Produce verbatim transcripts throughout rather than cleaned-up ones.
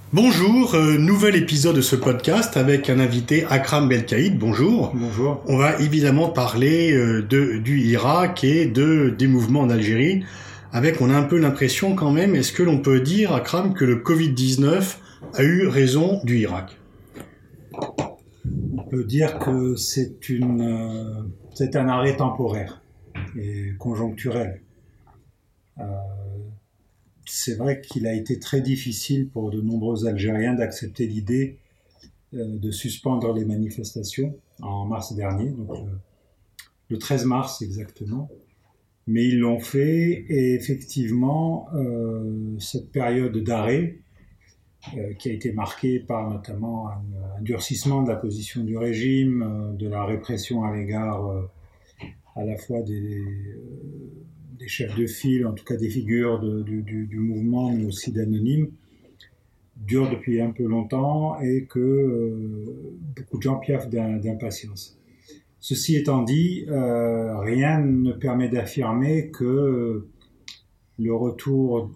Bonjour, euh, nouvel épisode de ce podcast avec un invité, Akram Belkaïd. Bonjour. Bonjour. On va évidemment parler euh, de, du Irak et de, des mouvements en Algérie. Avec, on a un peu l'impression quand même, est-ce que l'on peut dire, Akram, que le covid dix-neuf a eu raison du Irak ? On peut dire que c'est, une, euh, c'est un arrêt temporaire et conjoncturel. Euh, c'est vrai qu'il a été très difficile pour de nombreux Algériens d'accepter l'idée euh, de suspendre les manifestations en mars dernier, donc le, le treize mars exactement. Mais ils l'ont fait et effectivement, euh, cette période d'arrêt, euh, qui a été marquée par notamment un, un durcissement de la position du régime, euh, de la répression à l'égard euh, à la fois des, euh, des chefs de file, en tout cas des figures de, du, du, du mouvement, mais aussi d'anonymes, dure depuis un peu longtemps et que euh, beaucoup de gens piaffent d'impatience. Ceci étant dit, euh, rien ne permet d'affirmer que le retour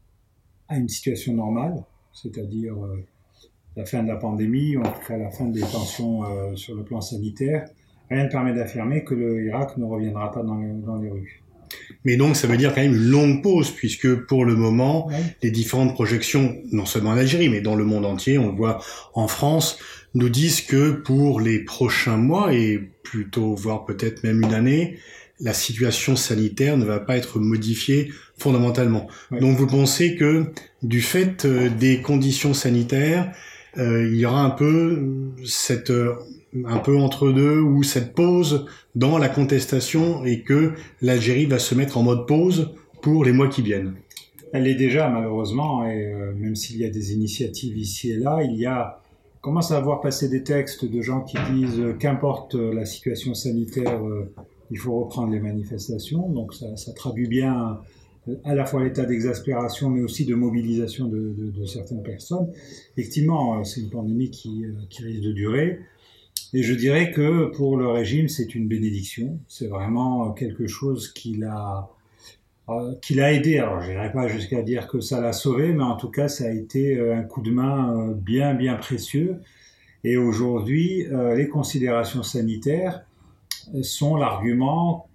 à une situation normale, c'est-à-dire euh, la fin de la pandémie, ou en tout cas la fin des tensions euh, sur le plan sanitaire, rien ne permet d'affirmer que le Irak ne reviendra pas dans les, dans les rues. Mais donc ça veut dire quand même une longue pause, puisque pour le moment, Ouais. les différentes projections, non seulement en Algérie, mais dans le monde entier, on le voit en France, nous disent que pour les prochains mois, et plutôt voire peut-être même une année, la situation sanitaire ne va pas être modifiée fondamentalement. Ouais. Donc vous pensez que du fait euh, des conditions sanitaires, euh, il y aura un peu cette... Euh, un peu entre deux, ou cette pause dans la contestation et que l'Algérie va se mettre en mode pause pour les mois qui viennent. Elle l'est déjà malheureusement, et euh, même s'il y a des initiatives ici et là, il y a, on commence à voir passer des textes de gens qui disent euh, qu'importe la situation sanitaire, euh, il faut reprendre les manifestations, donc ça, ça traduit bien à la fois l'état d'exaspération, mais aussi de mobilisation de, de, de certaines personnes. Effectivement, c'est une pandémie qui, qui risque de durer. Et je dirais que pour le régime, c'est une bénédiction. C'est vraiment quelque chose qui l'a, euh, qui l'a aidé. Alors, je n'irai pas jusqu'à dire que ça l'a sauvé, mais en tout cas, ça a été un coup de main bien, bien précieux. Et aujourd'hui, euh, les considérations sanitaires sont l'argument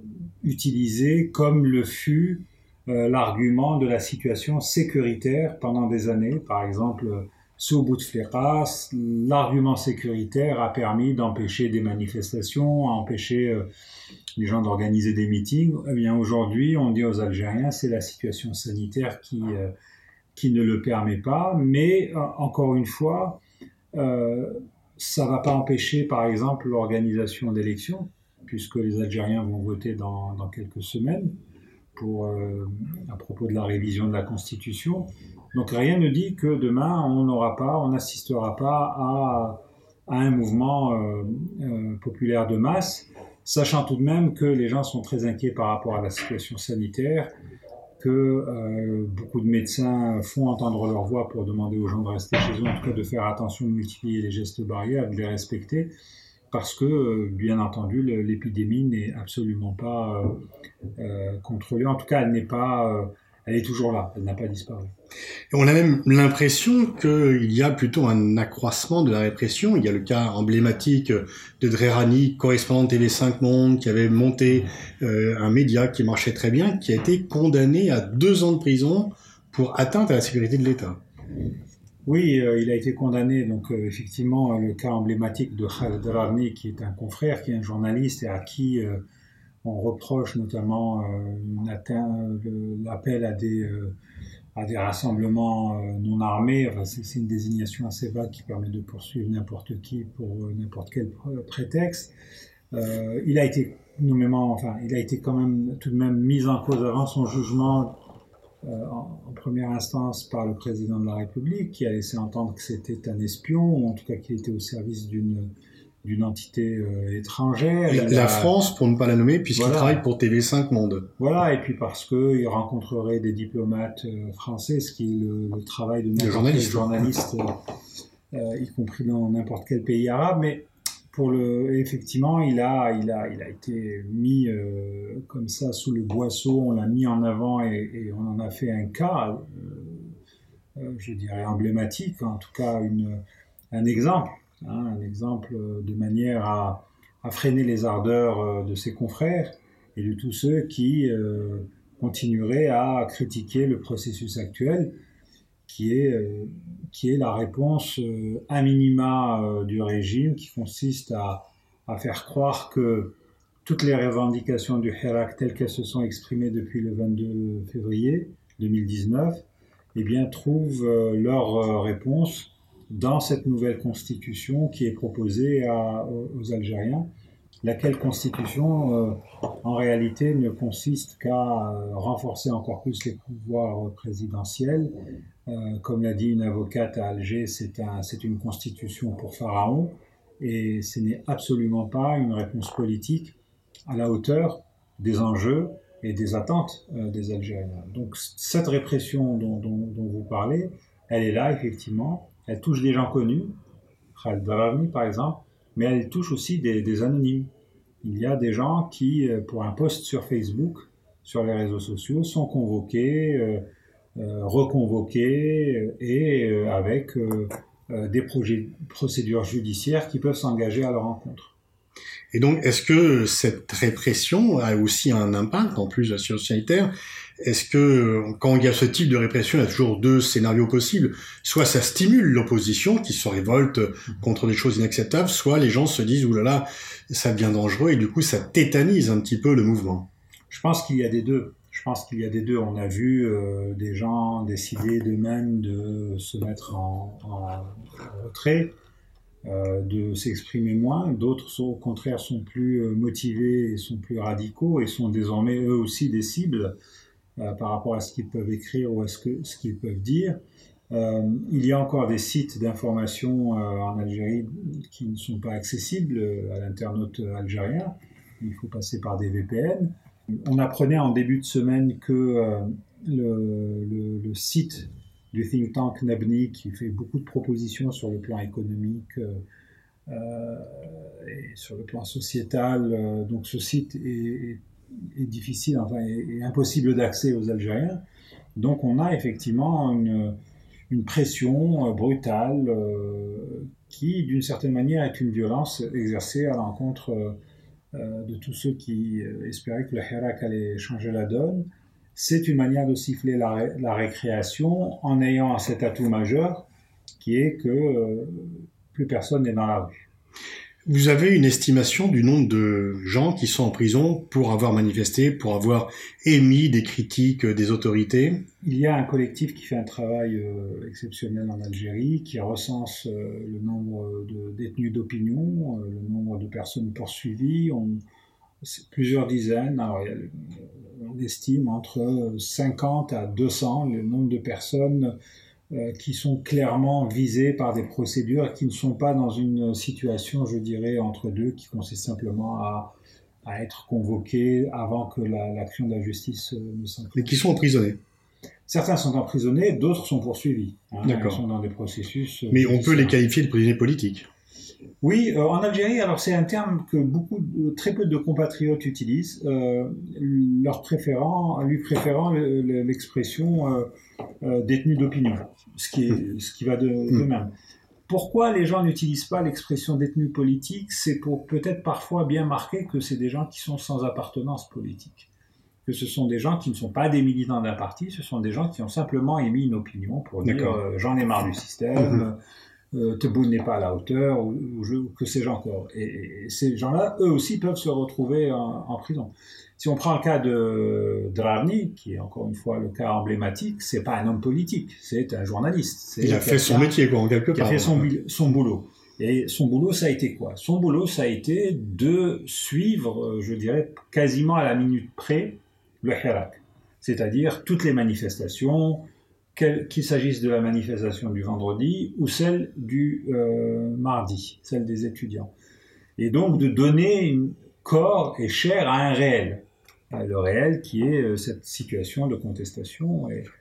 utilisé comme le fut euh, l'argument de la situation sécuritaire pendant des années. Par exemple, sous Bouteflika, l'argument sécuritaire a permis d'empêcher des manifestations, empêcher euh, les gens d'organiser des meetings. Eh bien, aujourd'hui, on dit aux Algériens, c'est la situation sanitaire qui, euh, qui ne le permet pas. Mais, euh, encore une fois, euh, ça ne va pas empêcher, par exemple, l'organisation d'élections, puisque les Algériens vont voter dans, dans quelques semaines pour, euh, à propos de la révision de la Constitution. Donc rien ne dit que demain on n'aura pas, on n'assistera pas à, à un mouvement euh, euh, populaire de masse, sachant tout de même que les gens sont très inquiets par rapport à la situation sanitaire, que euh, beaucoup de médecins font entendre leur voix pour demander aux gens de rester chez eux, en tout cas de faire attention, de multiplier les gestes barrières, de les respecter, parce que, bien entendu, l'épidémie n'est absolument pas euh, euh, contrôlée. En tout cas, elle n'est pas, euh, elle est toujours là, elle n'a pas disparu. Et on a même l'impression qu'il y a plutôt un accroissement de la répression. Il y a le cas emblématique de Drerani, correspondant de T V cinq Monde, qui avait monté euh, un média qui marchait très bien, qui a été condamné à deux ans de prison pour atteinte à la sécurité de l'État. Oui, euh, il a été condamné, donc euh, effectivement, le cas emblématique de Khaled Drarni, qui est un confrère, qui est un journaliste et à qui euh, on reproche notamment euh, une atteinte, l'appel à des, euh, à des rassemblements euh, non armés. Enfin, c'est une désignation assez vague qui permet de poursuivre n'importe qui pour euh, n'importe quel prétexte. Euh, il a été nommément, enfin, il a été quand même tout de même mis en cause avant son jugement Euh, en, en première instance par le président de la République, qui a laissé entendre que c'était un espion, ou en tout cas qu'il était au service d'une d'une entité euh, étrangère. La, la a... France, pour ne pas la nommer, puisqu'il voilà. travaille pour T V cinq Monde. Voilà, et puis parce qu'il rencontrerait des diplomates euh, français, ce qui est le, le travail de n'importe quel journaliste, euh, euh, y compris dans n'importe quel pays arabe, mais pour le, effectivement, il a, il a, il a été mis euh, comme ça sous le boisseau, on l'a mis en avant et, et on en a fait un cas. Euh, euh, je dirais, emblématique, en tout cas une, un exemple, hein, un exemple de manière à, à freiner les ardeurs de ses confrères et de tous ceux qui euh, continueraient à critiquer le processus actuel, qui est, euh, qui est la réponse euh, à minima euh, du régime, qui consiste à, à faire croire que toutes les revendications du Hirak telles qu'elles se sont exprimées depuis le vingt-deux février deux mille dix-neuf, eh bien, trouvent euh, leur euh, réponse dans cette nouvelle constitution qui est proposée à, aux Algériens, laquelle constitution, euh, en réalité, ne consiste qu'à euh, renforcer encore plus les pouvoirs présidentiels. Euh, comme l'a dit une avocate à Alger, c'est un, c'est une constitution pour Pharaon, et ce n'est absolument pas une réponse politique à la hauteur des enjeux et des attentes euh, des Algériens. Donc cette répression dont, dont, dont vous parlez, elle est là effectivement, elle touche des gens connus, Khaled Darani par exemple, mais elle touche aussi des, des anonymes. Il y a des gens qui, pour un post sur Facebook, sur les réseaux sociaux, sont convoqués, euh, euh, reconvoqués et euh, avec euh, euh, des projets, procédures judiciaires qui peuvent s'engager à leur encontre. Et donc, est-ce que cette répression a aussi un impact, en plus de la situation sanitaire? Est-ce que, quand il y a ce type de répression, il y a toujours deux scénarios possibles. Soit ça stimule l'opposition qui se révolte contre des choses inacceptables, soit les gens se disent « Ouh là là, ça devient dangereux » et du coup, ça tétanise un petit peu le mouvement. Je pense qu'il y a des deux. Je pense qu'il y a des deux. On a vu euh, des gens décider d'eux-mêmes de se mettre en, en retrait, Euh, de s'exprimer moins, d'autres sont, au contraire sont plus euh, motivés et sont plus radicaux et sont désormais eux aussi des cibles euh, par rapport à ce qu'ils peuvent écrire ou à ce, que, ce qu'ils peuvent dire. Euh, il y a encore des sites d'information euh, en Algérie qui ne sont pas accessibles à l'internaute algérien, il faut passer par des V P N. On apprenait en début de semaine que euh, le, le, le site du think tank Nabni, qui fait beaucoup de propositions sur le plan économique euh, et sur le plan sociétal. Euh, donc ce site est, est, est difficile, enfin est, est impossible d'accès aux Algériens. Donc on a effectivement une, une pression brutale euh, qui, d'une certaine manière, est une violence exercée à l'encontre euh, de tous ceux qui euh, espéraient que le Hirak allait changer la donne. C'est une manière de siffler la, ré, la récréation en ayant cet atout majeur qui est que euh, plus personne n'est dans la rue. Vous avez une estimation du nombre de gens qui sont en prison pour avoir manifesté, pour avoir émis des critiques des autorités? Il y a un collectif qui fait un travail euh, exceptionnel en Algérie, qui recense euh, le nombre de détenus d'opinion, euh, le nombre de personnes poursuivies. On, c'est plusieurs dizaines. Alors, il y a le, on estime entre cinquante à deux cents le nombre de personnes euh, qui sont clairement visées par des procédures qui ne sont pas dans une situation, je dirais, entre deux, qui consiste simplement à, à être convoquées avant que la, l'action de la justice ne s'enclenche. Mais qui sont emprisonnés. Certains sont emprisonnés, d'autres sont poursuivis. Hein, D'accord. Ils sont dans des processus. Mais on peut les qualifier de prisonniers politiques. Oui, euh, en Algérie, alors c'est un terme que beaucoup, très peu de compatriotes utilisent, euh, leur préférant, lui préférant le, le, l'expression euh, euh, détenu d'opinion, ce qui est, ce qui va de, de même. Pourquoi les gens n'utilisent pas l'expression détenu politique? C'est pour peut-être parfois bien marquer que c'est des gens qui sont sans appartenance politique, que ce sont des gens qui ne sont pas des militants d'un parti, ce sont des gens qui ont simplement émis une opinion pour dire euh, j'en ai marre du système. Mm-hmm. Euh, Tebboune n'est pas à la hauteur, ou, ou, je, ou que sais-je encore. Et, et ces gens-là, eux aussi, peuvent se retrouver en, en prison. Si on prend le cas de Drarni, qui est encore une fois le cas emblématique, c'est pas un homme politique, c'est un journaliste. C'est Il a fait son métier, quoi, en quelque part. Il a fait son, son boulot. Et son boulot, ça a été quoi? Son boulot, ça a été de suivre, je dirais, quasiment à la minute près, le Hirak. C'est-à-dire toutes les manifestations, qu'il s'agisse de la manifestation du vendredi ou celle du euh, mardi, celle des étudiants. Et donc de donner une corps et chair à un réel. Le réel qui est euh, cette situation de contestation. Et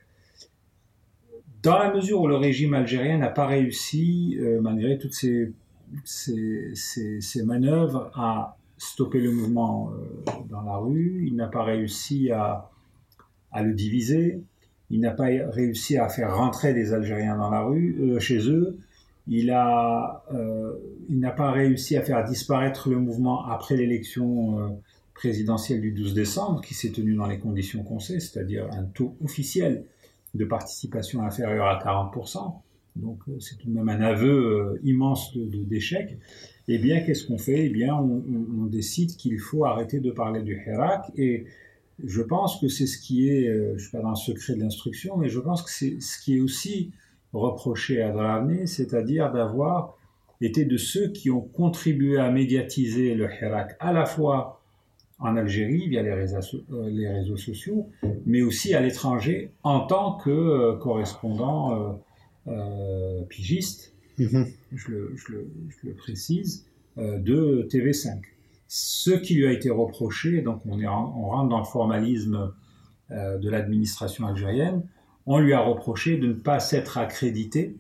dans la mesure où le régime algérien n'a pas réussi, euh, malgré toutes ces, ces, ces, ces manœuvres, à stopper le mouvement euh, dans la rue, il n'a pas réussi à, à le diviser, il n'a pas réussi à faire rentrer les Algériens dans la rue, euh, chez eux. Il a, euh, il n'a pas réussi à faire disparaître le mouvement après l'élection euh, présidentielle du douze décembre, qui s'est tenue dans les conditions qu'on sait, c'est-à-dire un taux officiel de participation inférieur à quarante pour cent. Donc euh, c'est tout de même un aveu euh, immense de, de, d'échec. Eh bien, qu'est-ce qu'on fait? Eh bien, on, on, on décide qu'il faut arrêter de parler du Hirak, et je pense que c'est ce qui est, euh, je ne suis pas dans le secret de l'instruction, mais je pense que c'est ce qui est aussi reproché à Draghni, c'est-à-dire d'avoir été de ceux qui ont contribué à médiatiser le Hirak à la fois en Algérie via les réseaux, euh, les réseaux sociaux, mais aussi à l'étranger en tant que euh, correspondant euh, euh, pigiste, mmh. je, le, je, le, je le précise, euh, de T V cinq. Ce qui lui a été reproché, donc on, est en, on rentre dans le formalisme euh, de l'administration algérienne, on lui a reproché de ne pas s'être accrédité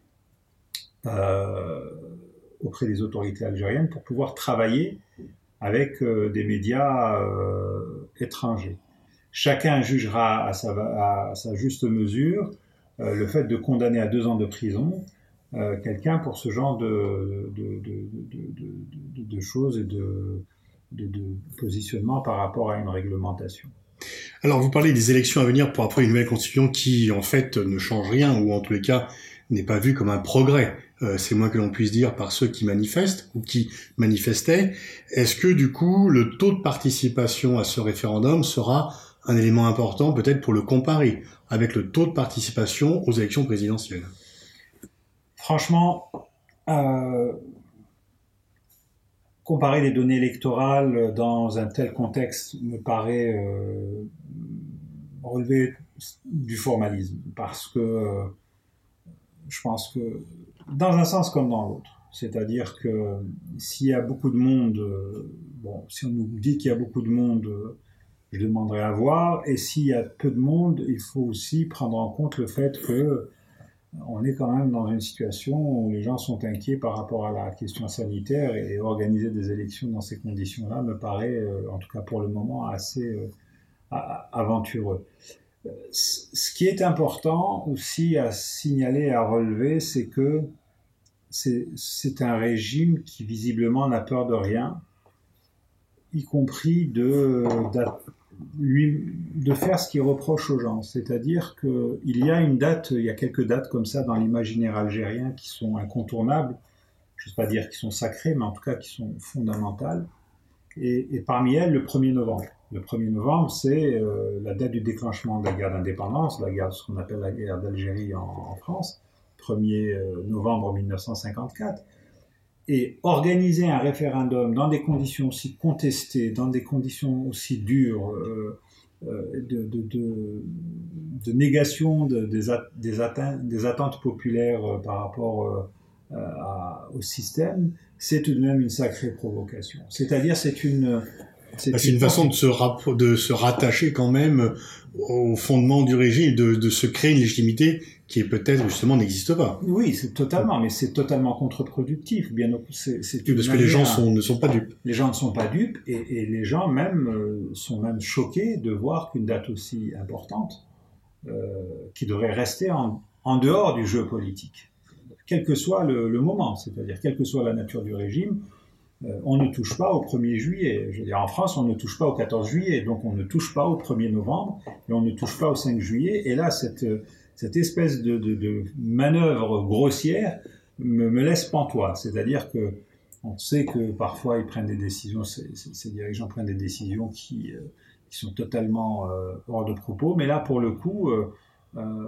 euh, auprès des autorités algériennes pour pouvoir travailler avec euh, des médias euh, étrangers. Chacun jugera à sa, à sa juste mesure euh, le fait de condamner à deux ans de prison euh, quelqu'un pour ce genre de, de, de, de, de, de, de choses et de, de, de positionnement par rapport à une réglementation. Alors, vous parlez des élections à venir pour après une nouvelle constitution qui, en fait, ne change rien, ou en tous les cas, n'est pas vue comme un progrès. Euh, c'est moins que l'on puisse dire par ceux qui manifestent, ou qui manifestaient. Est-ce que, du coup, le taux de participation à ce référendum sera un élément important, peut-être pour le comparer, avec le taux de participation aux élections présidentielles? Franchement, euh, comparer les données électorales dans un tel contexte me paraît euh, relever du formalisme, parce que euh, je pense que dans un sens comme dans l'autre, c'est-à-dire que s'il y a beaucoup de monde, euh, bon, si on nous dit qu'il y a beaucoup de monde, euh, je demanderai à voir, et s'il y a peu de monde, il faut aussi prendre en compte le fait que on est quand même dans une situation où les gens sont inquiets par rapport à la question sanitaire, et organiser des élections dans ces conditions-là me paraît, euh, en tout cas pour le moment, assez euh, aventureux. Ce qui est important aussi à signaler, à relever, c'est que c'est, c'est un régime qui visiblement n'a peur de rien, y compris de, de, lui, de faire ce qu'il reproche aux gens. C'est-à-dire qu'il y a une date, il y a quelques dates comme ça dans l'imaginaire algérien qui sont incontournables, je ne sais pas dire qui sont sacrées, mais en tout cas qui sont fondamentales. Et, et parmi elles, le premier novembre. Le premier novembre, c'est euh, la date du déclenchement de la guerre d'indépendance, la guerre, ce qu'on appelle la guerre d'Algérie en, en France, premier novembre mille neuf cent cinquante-quatre. Et organiser un référendum dans des conditions aussi contestées, dans des conditions aussi dures, euh, euh, de, de, de, de négation de, des, at, des, atteintes, des attentes populaires euh, par rapport euh, à, au système, c'est tout de même une sacrée provocation. C'est-à-dire, c'est une... C'est, c'est une, une façon de se, rapp- de se rattacher quand même au fondement du régime, et de, de se créer une légitimité qui est peut-être justement n'existe pas. Oui, c'est totalement, mais c'est totalement contre-productif. Bien, c'est, c'est parce que les gens sont, ne sont pas dupes. Les gens ne sont pas dupes, et, et les gens même euh, sont même choqués de voir qu'une date aussi importante, euh, qui devrait rester en, en dehors du jeu politique, quel que soit le, le moment, c'est-à-dire quelle que soit la nature du régime. On ne touche pas au premier juillet. Je veux dire, en France, on ne touche pas au quatorze juillet, donc on ne touche pas au premier novembre, et on ne touche pas au cinq juillet. Et là, cette, cette espèce de, de, de manœuvre grossière me, me laisse pantois. C'est-à-dire que on sait que parfois ils prennent des décisions, ces, ces dirigeants prennent des décisions qui, euh, qui sont totalement euh, hors de propos. Mais là, pour le coup, euh, euh,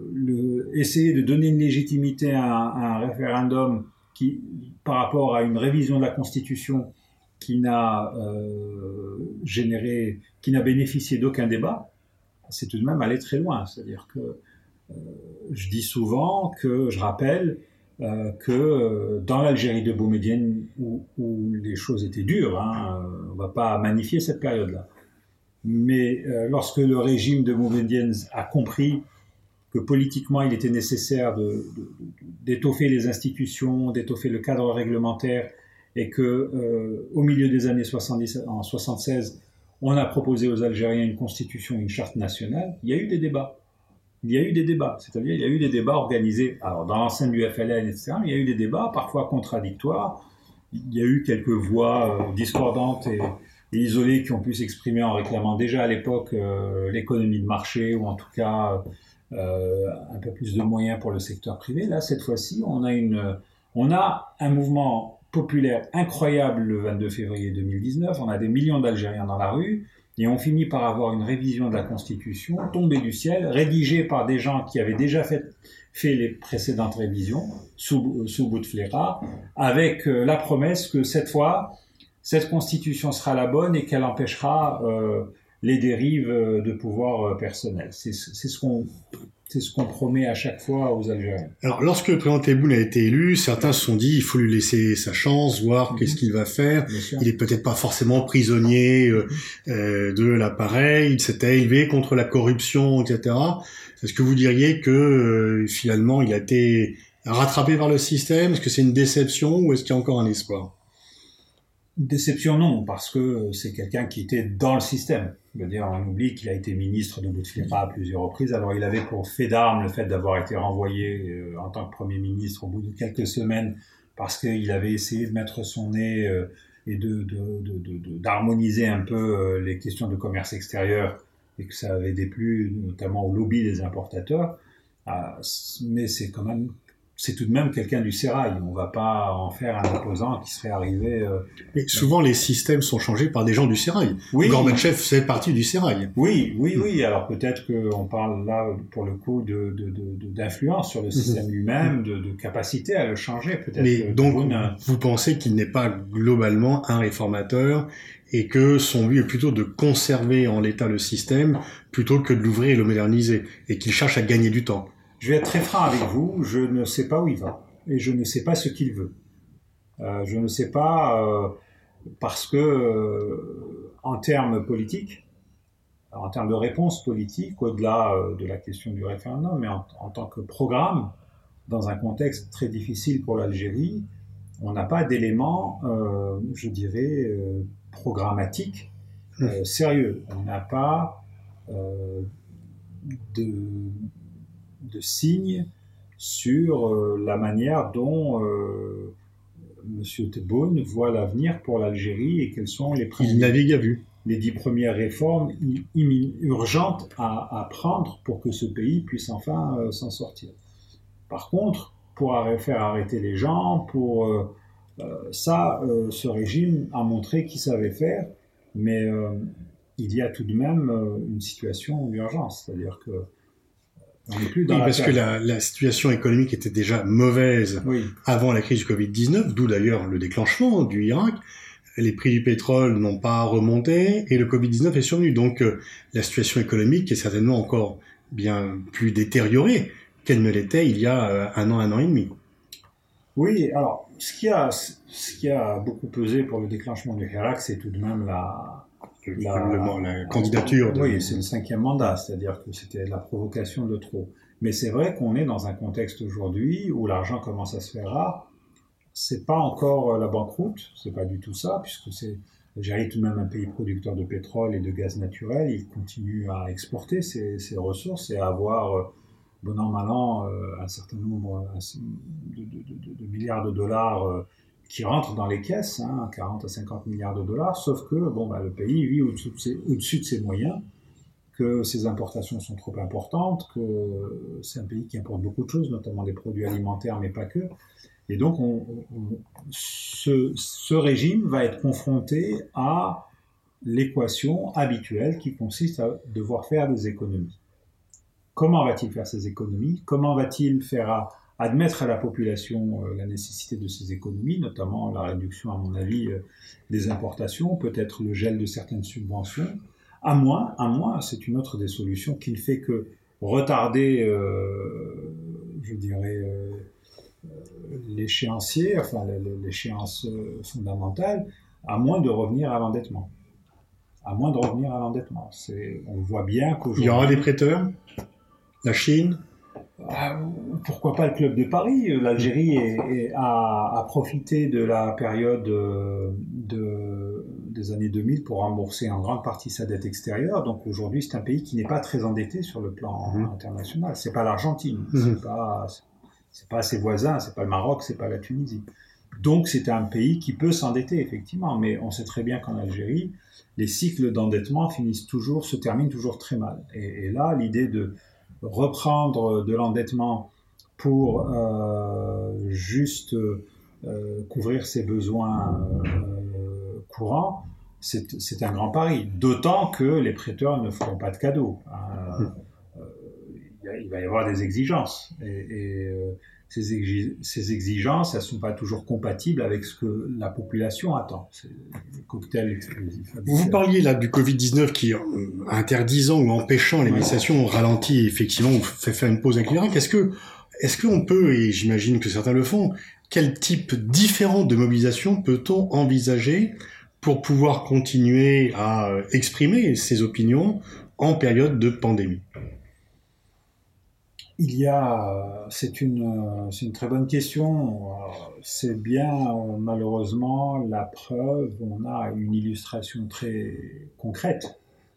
le, essayer de donner une légitimité à un, à un référendum qui, par rapport à une révision de la Constitution qui n'a euh, généré, qui n'a bénéficié d'aucun débat, c'est tout de même aller très loin. C'est-à-dire que euh, je dis souvent que, je rappelle euh, que euh, dans l'Algérie de Boumedienne, où, où les choses étaient dures, hein, on ne va pas magnifier cette période-là, mais euh, lorsque le régime de Boumedienne a compris que politiquement il était nécessaire de, de, d'étoffer les institutions, d'étoffer le cadre réglementaire, et que euh, au milieu des années soixante-dix, en soixante-seize, on a proposé aux Algériens une constitution, une charte nationale, il y a eu des débats. il y a eu des débats. C'est-à-dire, il y a eu des débats organisés, alors dans l'enceinte du F L N, et cetera, mais il y a eu des débats parfois contradictoires. Il y a eu quelques voix euh, discordantes et, et isolées qui ont pu s'exprimer en réclamant déjà à l'époque euh, l'économie de marché, ou en tout cas euh, un peu plus de moyens pour le secteur privé. Là, cette fois-ci, on a, une, on a un mouvement populaire incroyable le vingt-deux février deux mille dix-neuf. On a des millions d'Algériens dans la rue. Et on finit par avoir une révision de la Constitution tombée du ciel, rédigée par des gens qui avaient déjà fait, fait les précédentes révisions, sous, sous Bouteflika, avec euh, la promesse que cette fois, cette Constitution sera la bonne et qu'elle empêchera euh, les dérives de pouvoir euh, personnel. C'est, c'est ce qu'on... C'est ce qu'on promet à chaque fois aux Algériens. Alors, lorsque le président Tebboune a été élu, certains se sont dit il faut lui laisser sa chance, voir mmh. qu'est-ce qu'il va faire. Il est peut-être pas forcément prisonnier euh, euh, de l'appareil. Il s'était élevé contre la corruption, et cetera. Est-ce que vous diriez que euh, finalement il a été rattrapé par le système? Est-ce que c'est une déception ou est-ce qu'il y a encore un espoir? Déception, non, parce que c'est quelqu'un qui était dans le système. Je veux dire, on oublie qu'il a été ministre de Bouteflika à plusieurs reprises. Alors, il avait pour fait d'armes le fait d'avoir été renvoyé euh, en tant que Premier ministre au bout de quelques semaines parce qu'il avait essayé de mettre son nez euh, et de, de, de, de, de, d'harmoniser un peu euh, les questions de commerce extérieur et que ça avait déplu notamment au lobby des importateurs. Ah, mais c'est quand même... c'est tout de même quelqu'un du sérail. On ne va pas en faire un opposant qui serait arrivé... Euh... Mais souvent, les systèmes sont changés par des gens du sérail. Oui. Gorbatchev fait partie du sérail. Oui, oui, oui. Alors peut-être qu'on parle là, pour le coup, de, de, de, d'influence sur le système mmh. lui-même, de, de capacité à le changer. Peut-être. Mais que donc, Boune... vous pensez qu'il n'est pas globalement un réformateur et que son but est plutôt de conserver en l'état le système plutôt que de l'ouvrir et le moderniser, et qu'il cherche à gagner du temps? Je vais être très franc avec vous, je ne sais pas où il va et je ne sais pas ce qu'il veut. Euh, je ne sais pas euh, parce que euh, en termes politiques, en termes de réponse politique, au-delà euh, de la question du référendum, mais en, en tant que programme, dans un contexte très difficile pour l'Algérie, on n'a pas d'éléments, euh, je dirais, euh, programmatiques euh, sérieux. On n'a pas euh, de... de signes sur euh, la manière dont euh, M. Tebboune voit l'avenir pour l'Algérie et quelles sont les, premiers, Il navigue à vue. les dix premières réformes i- urgentes à, à prendre pour que ce pays puisse enfin euh, s'en sortir. Par contre, pour arrêter, faire arrêter les gens, pour euh, euh, ça, euh, ce régime a montré qu'il savait faire, mais euh, il y a tout de même euh, une situation d'urgence, c'est-à-dire que oui, parce que la, la situation économique était déjà mauvaise oui. avant la crise du covid dix-neuf, d'où d'ailleurs le déclenchement du Irak. Les prix du pétrole n'ont pas remonté et le covid dix-neuf est survenu. Donc euh, la situation économique est certainement encore bien plus détériorée qu'elle ne l'était il y a euh, un an, un an et demi. Oui, alors ce qui a, ce qui a beaucoup pesé pour le déclenchement du Irak, c'est tout de même la... La, la, la candidature. De... Oui, c'est le cinquième mandat, c'est-à-dire que c'était la provocation de trop. Mais c'est vrai qu'on est dans un contexte aujourd'hui où l'argent commence à se faire rare. C'est pas encore la banqueroute, c'est pas du tout ça, puisque c'est l'Algérie tout de même un pays producteur de pétrole et de gaz naturel. Il continue à exporter ses, ses ressources et à avoir, bon an mal an, un certain nombre de, de, de, de milliards de dollars qui rentrent dans les caisses, hein, quarante à cinquante milliards de dollars, sauf que bon, bah, le pays vit au-dessus de, ses, au-dessus de ses moyens, que ses importations sont trop importantes, que c'est un pays qui importe beaucoup de choses, notamment des produits alimentaires, mais pas que. Et donc, on, on, ce, ce régime va être confronté à l'équation habituelle qui consiste à devoir faire des économies. Comment va-t-il faire ces économies? Comment va-t-il faire à admettre à la population euh, la nécessité de ces économies, notamment la réduction, à mon avis, euh, des importations, peut-être le gel de certaines subventions, à moins, à moins, c'est une autre des solutions qui ne fait que retarder, euh, je dirais, euh, l'échéancier, enfin l'échéance fondamentale, à moins de revenir à l'endettement. À moins de revenir à l'endettement. C'est, on voit bien qu'aujourd'hui... Il y aura des prêteurs? La Chine? Pourquoi pas le Club de Paris? L'Algérie est, est, a, a profité de la période de, des années deux mille pour rembourser en grande partie sa dette extérieure. Donc aujourd'hui, c'est un pays qui n'est pas très endetté sur le plan mmh. international. C'est pas l'Argentine, mmh. c'est pas c'est pas ses voisins, c'est pas le Maroc, c'est pas la Tunisie. Donc c'est un pays qui peut s'endetter effectivement, mais on sait très bien qu'en Algérie, les cycles d'endettement finissent toujours, se terminent toujours très mal. Et, et là, l'idée de reprendre de l'endettement pour euh, juste euh, couvrir ses besoins euh, courants, c'est, c'est un grand pari. D'autant que les prêteurs ne feront pas de cadeaux. Euh, euh, il va y avoir des exigences. Et, et euh, ces, exi- ces exigences, elles ne sont pas toujours compatibles avec ce que la population attend. C'est des cocktails explosifs. Vous parliez là du covid dix-neuf qui, interdisant ou empêchant les manifestations, ralentit effectivement ou fait faire une pause avec l'Irak. Est-ce que Est-ce qu'on peut, et j'imagine que certains le font, quel type différent de mobilisation peut-on envisager pour pouvoir continuer à exprimer ses opinions en période de pandémie ? Il y a, c'est une, c'est une très bonne question. C'est bien, malheureusement, la preuve, on a une illustration très concrète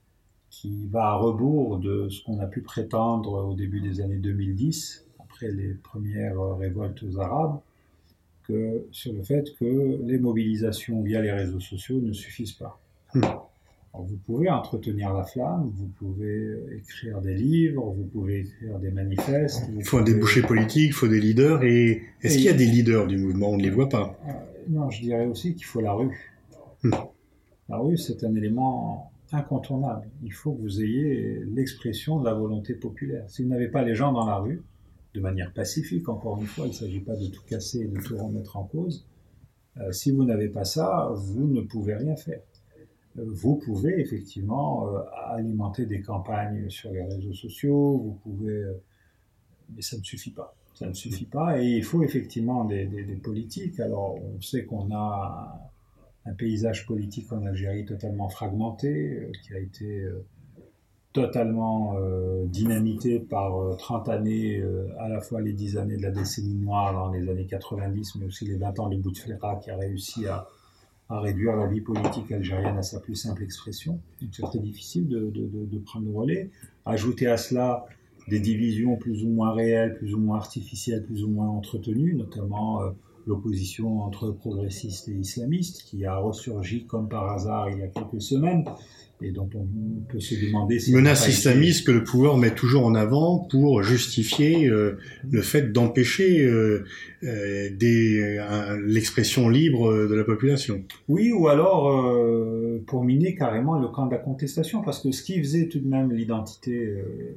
qui va à rebours de ce qu'on a pu prétendre au début des années deux mille dix, après les premières révoltes arabes, que, sur le fait que les mobilisations via les réseaux sociaux ne suffisent pas. Mmh. Alors, vous pouvez entretenir la flamme, vous pouvez écrire des livres, vous pouvez écrire des manifestes. Il faut pouvez... un débouché politique, il faut des leaders. Et est-ce et... qu'il y a des leaders du mouvement ? On ne les voit pas. Euh, non, je dirais aussi qu'il faut la rue. Mmh. La rue, c'est un élément incontournable. Il faut que vous ayez l'expression de la volonté populaire. Si vous n'avez pas les gens dans la rue, de manière pacifique, encore une fois, il ne s'agit pas de tout casser et de tout remettre en cause. Euh, si vous n'avez pas ça, vous ne pouvez rien faire. Euh, vous pouvez effectivement euh, alimenter des campagnes sur les réseaux sociaux, vous pouvez, euh, mais ça ne suffit pas. Ça ne suffit pas et il faut effectivement des, des, des politiques. Alors, on sait qu'on a un, un paysage politique en Algérie totalement fragmenté, euh, qui a été euh, totalement euh, dynamité par euh, trente années, euh, à la fois les dix années de la décennie noire dans les années quatre-vingt-dix, mais aussi les vingt ans de Bouteflika qui a réussi à, à réduire la vie politique algérienne à sa plus simple expression. Donc c'est très difficile de, de, de, de prendre le relais. Ajouter à cela des divisions plus ou moins réelles, plus ou moins artificielles, plus ou moins entretenues, notamment euh, l'opposition entre progressistes et islamistes qui a ressurgi comme par hasard il y a quelques semaines, et dont on peut se demander si... Menace islamiste été... que le pouvoir met toujours en avant pour justifier euh, le fait d'empêcher euh, euh, des, euh, l'expression libre de la population. Oui, ou alors euh, pour miner carrément le camp de la contestation, parce que ce qui faisait tout de même l'identité euh,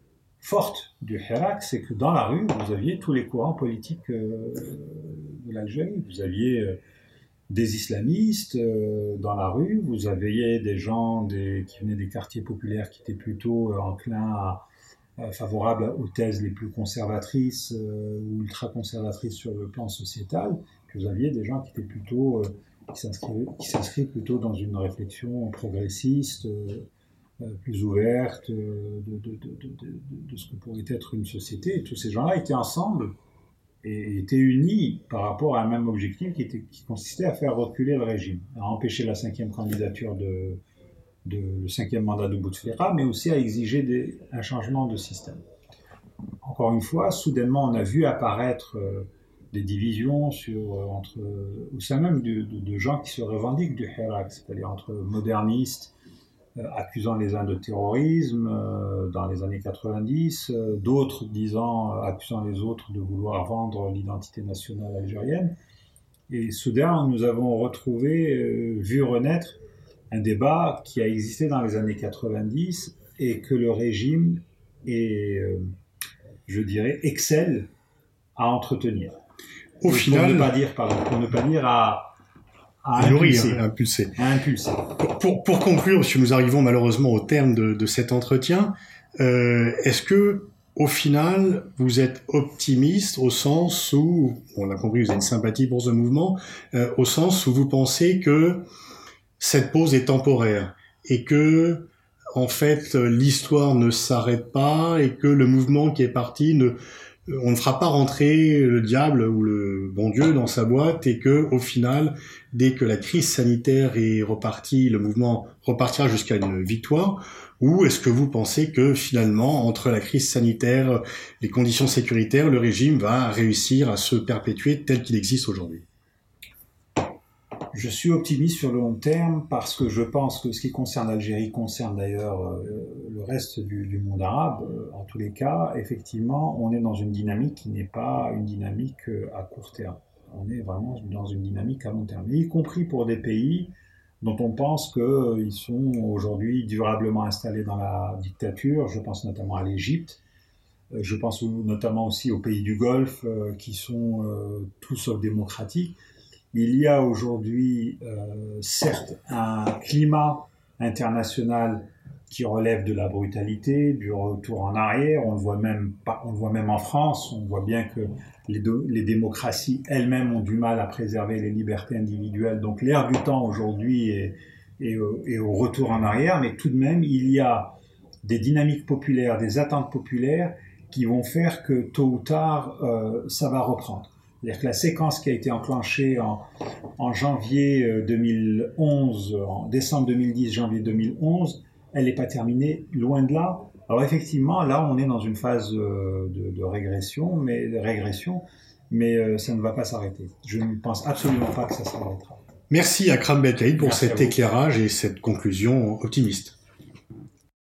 forte du Hirak, c'est que dans la rue, vous aviez tous les courants politiques euh, de l'Algérie. Vous aviez... Euh, des islamistes euh, dans la rue, vous aviez des gens des, qui venaient des quartiers populaires qui étaient plutôt euh, enclins à, à favorables aux thèses les plus conservatrices euh, ou ultra-conservatrices sur le plan sociétal, puis vous aviez des gens qui étaient plutôt euh, qui s'inscrivent, qui s'inscrivent plutôt dans une réflexion progressiste, euh, plus ouverte euh, de, de, de, de, de, de ce que pourrait être une société. Et tous ces gens-là étaient ensemble et étaient unis par rapport à un même objectif qui, était, qui consistait à faire reculer le régime, à empêcher la cinquième candidature de, de le cinquième mandat de Bouteflika, mais aussi à exiger des, un changement de système. Encore une fois, soudainement, on a vu apparaître euh, des divisions sur, euh, entre, au sein même de, de, de gens qui se revendiquent du Hirak, c'est-à-dire entre modernistes, Euh, accusant les uns de terrorisme euh, dans les années quatre-vingt-dix, euh, d'autres disant, euh, accusant les autres de vouloir vendre l'identité nationale algérienne. Et soudain, nous avons retrouvé, euh, vu renaître un débat qui a existé dans les années quatre-vingt-dix et que le régime est, euh, je dirais, excelle à entretenir. Au et final, pour ne pas dire, pardon, pour ne pas dire à À impulser. À impulser. À impulser. Pour, pour, pour conclure, parce que nous arrivons malheureusement au terme de, de cet entretien, euh, est-ce que, au final, vous êtes optimiste au sens où, on a compris, vous avez une sympathie pour ce mouvement, euh, au sens où vous pensez que cette pause est temporaire et que, en fait, l'histoire ne s'arrête pas et que le mouvement qui est parti ne on ne fera pas rentrer le diable ou le bon Dieu dans sa boîte et que, au final, dès que la crise sanitaire est repartie, le mouvement repartira jusqu'à une victoire? Ou est-ce que vous pensez que, finalement, entre la crise sanitaire, les conditions sécuritaires, le régime va réussir à se perpétuer tel qu'il existe aujourd'hui? Je suis optimiste sur le long terme parce que je pense que ce qui concerne l'Algérie concerne d'ailleurs euh, le reste du, du monde arabe. Euh, en tous les cas, effectivement, on est dans une dynamique qui n'est pas une dynamique euh, à court terme. On est vraiment dans une dynamique à long terme, y compris pour des pays dont on pense qu'ils euh, sont aujourd'hui durablement installés dans la dictature. Je pense notamment à l'Égypte. Euh, je pense notamment aussi aux pays du Golfe euh, qui sont euh, tout sauf démocratiques. Il y a aujourd'hui, euh, certes, un climat international qui relève de la brutalité, du retour en arrière. On le voit même, pas, on le voit même en France. On voit bien que les, do, les démocraties elles-mêmes ont du mal à préserver les libertés individuelles. Donc l'air du temps aujourd'hui est, est, est au retour en arrière. Mais tout de même, il y a des dynamiques populaires, des attentes populaires qui vont faire que tôt ou tard, euh, ça va reprendre. C'est-à-dire que la séquence qui a été enclenchée en, en janvier deux mille onze, en décembre deux mille dix, janvier deux mille onze, elle n'est pas terminée, loin de là. Alors effectivement, là, on est dans une phase de, de régression, mais, de régression, mais euh, ça ne va pas s'arrêter. Je ne pense absolument pas que ça s'arrêtera. Merci Akram Benkaïd pour Merci cet éclairage et cette conclusion optimiste.